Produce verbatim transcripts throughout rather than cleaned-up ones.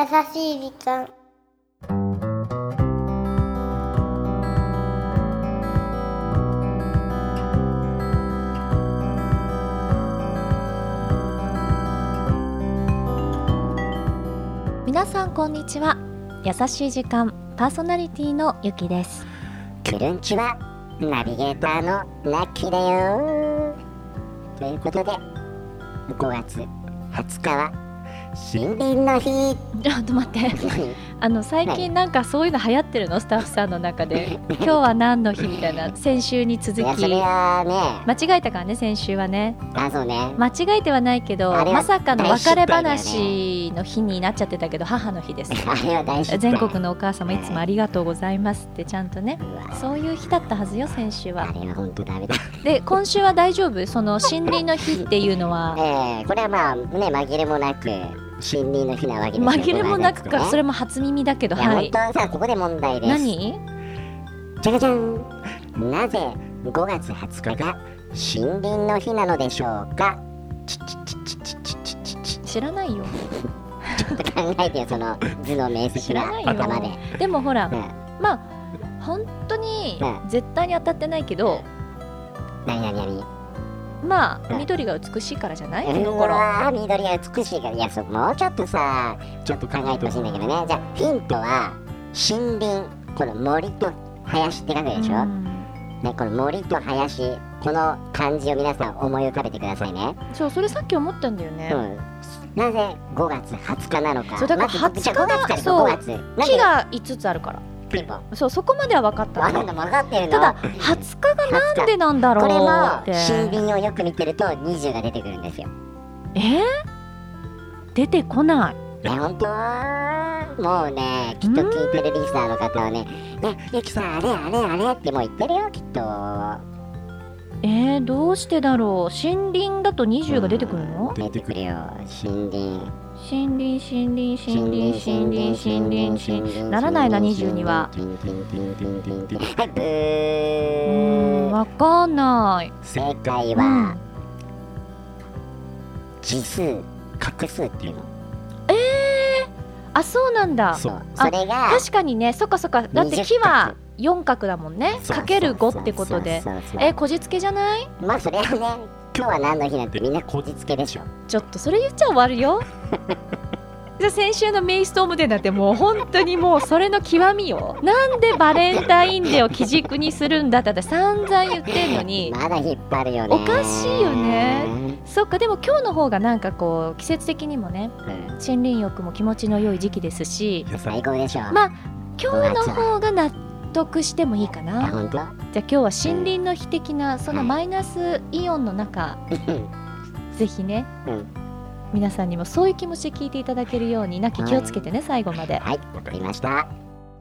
しい時間。 皆さんこんにちは。優しい時間パーソナリティのゆきです。 くるんちはナビゲーターのラッキーだよ。ということでごがつはつかは森林の日。 ちょっと待ってあの最近なんかそういうの流行ってるの、スタッフさんの中で今日は何の日みたいな。先週に続き、 いやそれはね、 間違えたからね、先週はね。 あ、そうね、 間違えてはないけど、 あれはまさかの別れ大失敗だよね話の日になっちゃってたけど、母の日です。 あれは大失敗。 全国のお母様いつもありがとうございますってちゃんとね、 うわそういう日だったはずよ、先週は。 あれは本当ダメだ。 で、今週は大丈夫？その森林の日っていうのはえー、これはまあね、紛れもなく森林の日なわけですよ。 紛れもなくか、それもも初耳だけど、 いや、 はい。 本当はさ、ここで問題です。 何？ じゃがじゃん、なぜごがつはつかが森林の日なのでしょうか。ちちちちちちちちち知らないよ。 ちょっと考えてよ、その図の明晰な頭で。 でもほら、 うん、 まあ本当にうん絶対に当たってないけど、 何何何まあうん緑が美しいからじゃない？ うだからわー、緑が美しいから。いや、そもうちょっとさ、ちょっと考えてほしいんだけどね。じゃあヒントは森林、この森と林って書くでしょ、 うんね、この森と林、この漢字を皆さん思い浮かべてくださいね。 そう、それさっき思ったんだよね。 うん、なぜごがつはつかなのか。 そうだからまずはつかじゃあごがつからそうごがつなんで木がいつつあるから。 ピンポン。 そう、そこまでは分かったの。 あ、なんだ、分かってるの。 ただはつかがなんでなんだろうこれもって。 森林をよく見てるとにじゅうが出てくるんですよ。 えー、出てこない。 ね、本当はもうね、きっと聞いてるリスナーの方はね、ね、ゆきさんあれあれあれってもう言ってるよ、きっと。 えー、どうしてだろう。森林だとにじゅうが出てくるの？ 出てくるよ、森林。 森林森林森林森林森林森林ならないな、にじゅうには。 はい、ブうー。 ーん、わかんない。 正解は、字数、画数っていうの。 あ、そうなんだ。 そう、それが確かにね、そっかそっか。だって木はよん角だもんね。かけるごってことで。 そうそうそうそう。 え、こじつけじゃない？ まあそれはね、今日は何の日なんてみんなこじつけでしょ。 ちょっとそれ言っちゃ終わるよ。じゃあ先週のメイストームデーなんてもう本当にもうそれの極みよ。なんでバレンタインデーを基軸にするんだって私散々言ってんのに。 まだ引っ張るよね。 おかしいよね。そっか、でも今日の方がなんかこう季節的にもね、 うん、 森林浴も気持ちの良い時期ですし、 最高でしょ。 まあ今日の方が納得してもいいかあ、 な。 本当？ じゃあ今日は森林の日的なそのマイナスイオンの中、ぜひね、 うん、 皆さんにもそういう気持ちで聞いていただけるように、なき気をつけてね、最後まで。 はい、わかりました。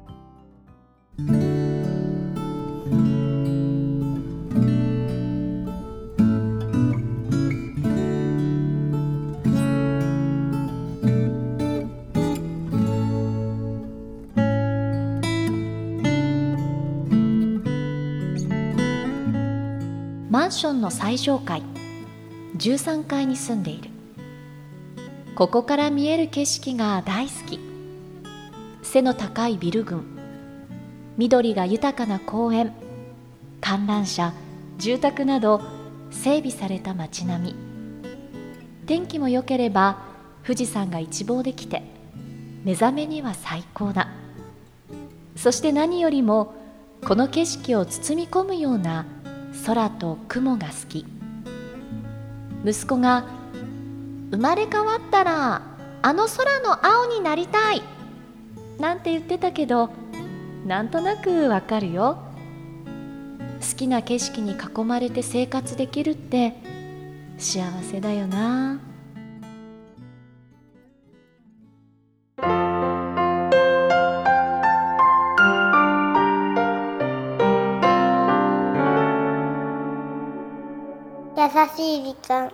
マンションの最上階じゅうさんかいに住んでいる。ここから見える景色が大好き。背の高いビル群、緑が豊かな公園、観覧車、住宅など整備された街並み。天気も良ければ富士山が一望できて目覚めには最高だ。そして何よりもこの景色を包み込むような空と雲が好き。息子が生まれ変わったらあの空の青になりたいなんて言ってたけど、なんとなくわかるよ。好きな景色に囲まれて生活できるって幸せだよな。 優しい時間。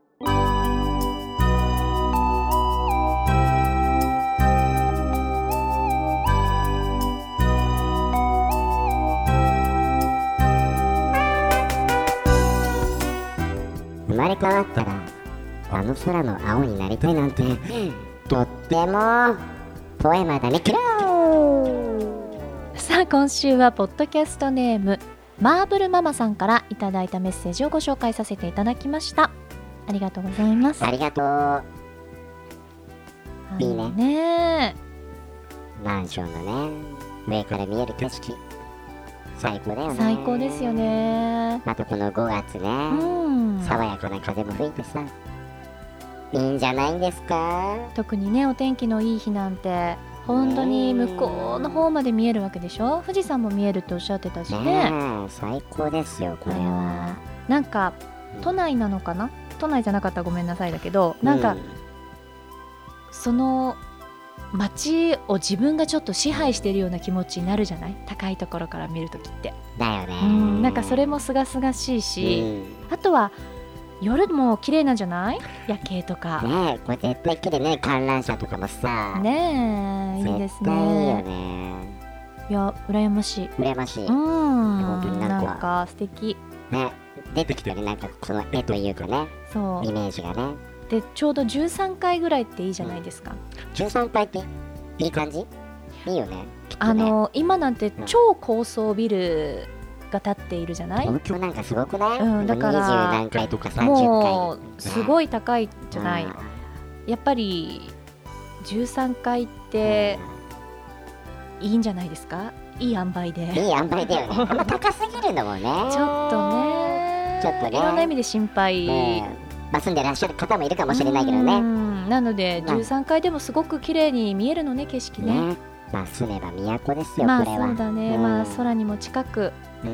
生まれ変わったらあの空の青になりたいなんてとってもポエマだねキラー。 さあ今週はポッドキャストネームマーブルママさんからいただいたメッセージをご紹介させていただきました。ありがとうございます。 ありがとう。いいね。 ねマンションのね上から見える景色最高だよね。 最高ですよね。 またこのごがつね、 うん、 爽やかな風も吹いてさいいんじゃないんですか。 特にねお天気のいい日なんて本当に向こうの方まで見えるわけでしょ。富士山も見えるっておっしゃってたし ね, ね最高ですよこれは。 なんか都内なのかな、都内じゃなかったらごめんなさいだけど、なんか、うん、その街を自分がちょっと支配しているような気持ちになるじゃない、高いところから見るときってだよね、 うん、なんかそれもすがすがしいし、うん、あとは夜も綺麗なんじゃない、夜景とかねえ、これ絶対綺麗ね、観覧車とかもさねえ、いいですね。 絶対いいよね。 いや、羨ましい羨ましい。 うん、 本当になんか、 なんか素敵ね、出てきてるなんかその絵というかね、そうイメージがね。でちょうどじゅうさんかいぐらいっていいじゃないですか、うん、 じゅうさんかいっていい感じ、いいよね、きっとね。 あの今なんて超高層ビルが建っているじゃない、 東京なんかすごくない、 うん、だからにじゅう何階とかさんじゅっかいもうすごい高いじゃない、うん、やっぱりじゅうさんかいっていいんじゃないですか、いい塩梅で。 いい塩梅だよね。あんま高すぎるのもねちょっとね、 ちょっとね、 いろんな意味で心配、ね、 まあ、住んでらっしゃる方もいるかもしれないけどね。 なのでじゅうさんかいでもすごく綺麗に見えるのね、景色 ね, ね。 まあ住めば都ですよ、 まあ、 これは。 そうだね、うん、まあ空にも近く、 うん、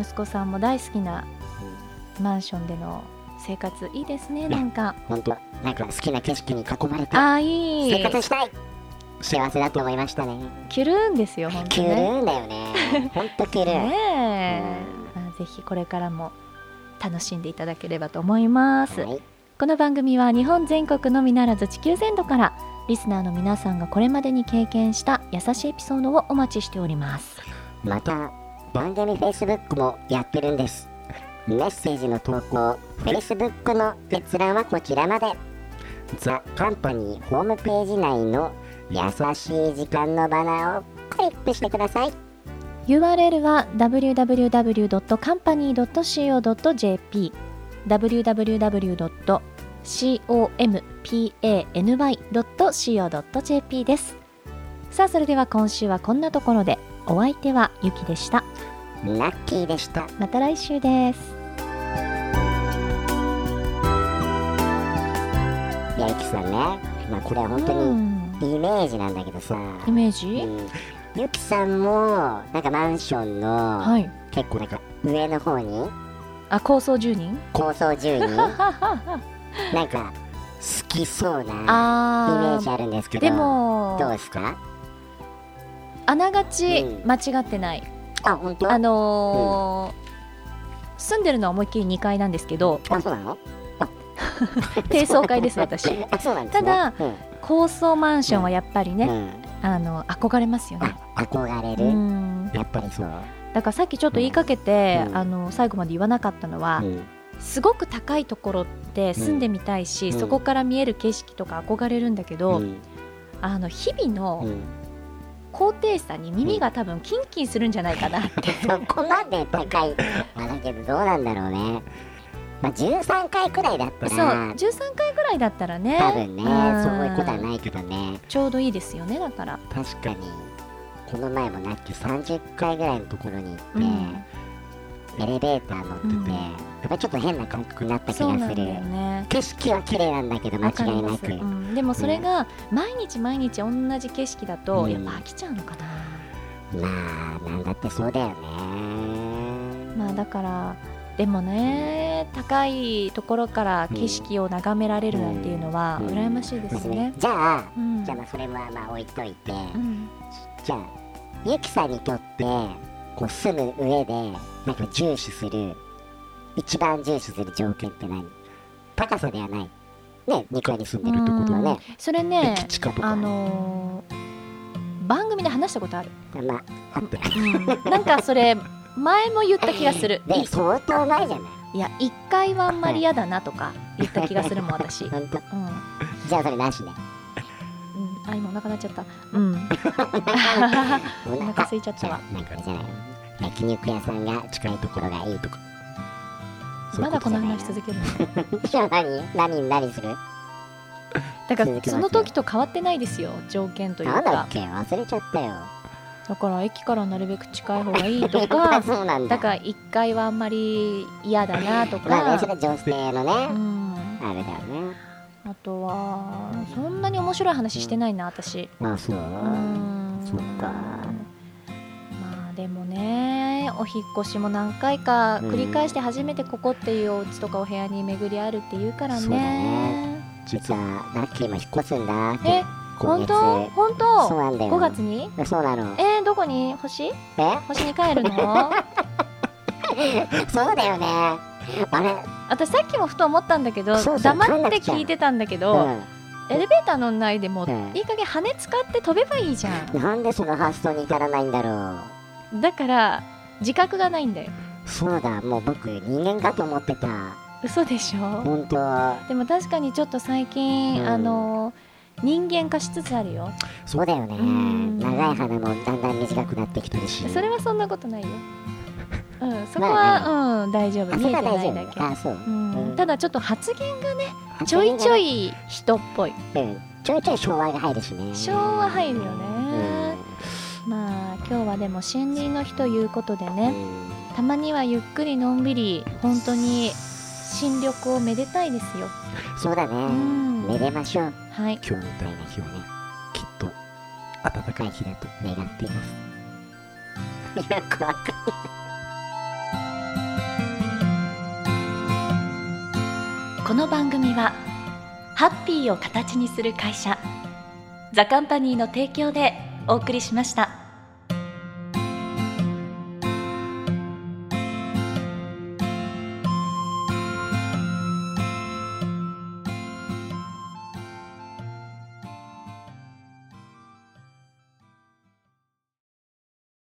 息子さんも大好きなマンションでの生活いいですね。なんか本当なんか好きな景色に囲まれてあいい生活したい、幸せだと思いましたね。 キュルーンですよ、本当に、ね、キュルーンだよね。本当キュルーンねえ、うん、まあ、ぜひこれからも楽しんでいただければと思います、はい。この番組は日本全国のみならず地球全土からリスナーの皆さんがこれまでに経験した優しいエピソードをお待ちしております。 また番組 Facebook もやってるんです。メッセージの投稿 Facebook の閲覧はこちらまで。ザ・カンパニーホームページ内の優しい時間のバナーをクリックしてください。 ユーアールエル は ダブリューダブリューダブリュードットカンパニードットコードットジェーピー ダブリューダブリューダブリュードットカンパニードットコードットジェーピー です。さあ、それでは今週はこんなところで。お相手はゆきでした。 ラッキーでした。 また来週です。 いや、ゆきさんね、まあ、これは本当にイメージなんだけどさ、 イメージ、うん、 ゆきさんもなんかマンションの、はい、結構なんか上の方にあ、高層住人高層住人なんか好きそうなイメージあるんですけど、 でもどうですか？ あながち間違ってない、 うん、あ、本当？ あのーうん、住んでるのは思いっきりにかいなんですけど、 あ、そうなの？ 低層階です私。 あ、そうなんですね。 ただ、うん、高層マンションはやっぱりね、 うん、 あの憧れますよね。 憧れる、うん、やっぱりそう。 だからさっきちょっと言いかけて、 うん、 あの最後まで言わなかったのは、うん、すごく高いところって住んでみたいし、うん、そこから見える景色とか憧れるんだけど、うん、あの日々の、うん高低差に耳が多分キンキンするんじゃないかなって、 うん、そこまで高いあだけどどうなんだろうね、まあ、じゅうさんかいくらいだったらそうじゅうさんかいくらいだったらね多分ね、うん、そういうことはないけどねちょうどいいですよね。だから確かにこの前もなっきさんじゅっかいぐらいのところに行って、うん、エレベーター乗ってて、うん、やっぱりちょっと変な感覚になった気がする。そうなんだよね。景色は綺麗なんだけど間違いなく、 うん、でもそれが毎日毎日同じ景色だとやっぱ飽きちゃうのかな、 うん、まあなんだってそうだよね。 まあだからでもね高いところから景色を眺められるなんていうのは羨ましいですね、うんうん、 じゃあ、うん、じゃあまあそれはまあ置いといて、うん、じゃあゆきさんにとってこう住む上でなんか重視する一番重視する条件って何？高さではないね、にかいに住んでるってことはね。 それね、 駅近とか、 あのー、番組で話したことある。 まあ、あって、 うん、なんかそれ前も言った気がする。 で相当前じゃない？ いや、いっかいはあんまり嫌だなとか言った気がするもん私。 本当、うん、じゃあそれなしね。 うん、 あ、今お腹鳴っちゃった。うんお腹空いちゃったわ。 なんかじゃないの、焼肉屋さんが近いところがいいとか。 まだこの話続けるのいや、何何何する。 だからその時と変わってないですよ、条件というか。 なんだっけ、忘れちゃったよ。 だから駅からなるべく近い方がいいとかそうなんだ。 だからいっかいはあんまり嫌だなとか、 まあね、それ女性のね、 うん、ああれだよね。 あとはそんなに面白い話してないな私。 まあそう、 うん、 そっか。 まあでもね、お引っ越しも何回か繰り返して初めてここっていうお家とかお部屋に巡りあるっていうからね。 そうだね。実はラッキーも引っ越すんだ。 え、本当本当。 そうなんだよ。 ごがつに。 そうなの。 えー、どこに？星？ え？ 星に帰るの？ そうだよね。あれ、 私さっきもふと思ったんだけど、 そうそう、 黙って聞いてたんだけど、 うん、 エレベーター乗んないでも、 うん、 いい加減羽使って飛べばいいじゃん。 なんでその発想に至らないんだろう。だから自覚がないんだよ。 そうだ、もう僕人間かと思ってた。 嘘でしょ。 本当。 でも確かにちょっと最近、うん、あの人間化しつつあるよ。 そうだよね。長い鼻もだんだん短くなってきてるし。 それはそんなことないよ。うん、そこは、ね、うん、大丈夫。見えてないだけ。 あ、そう。 うん、ただちょっと発言がね、ちょいちょい人っぽい。 うん、ちょいちょい昭和が入るしね。 昭和入るよね。うん、まあ今日はでも森林の日ということでね、うん、たまにはゆっくりのんびり本当に新緑をめでたいですよ。 そうだね。うん、めでましょう。 はい。 今日みたいな日をね、きっと暖かい日だと願っています。よくわかんない。 この番組はハッピーを形にする会社ザカンパニーの提供でお送りしました。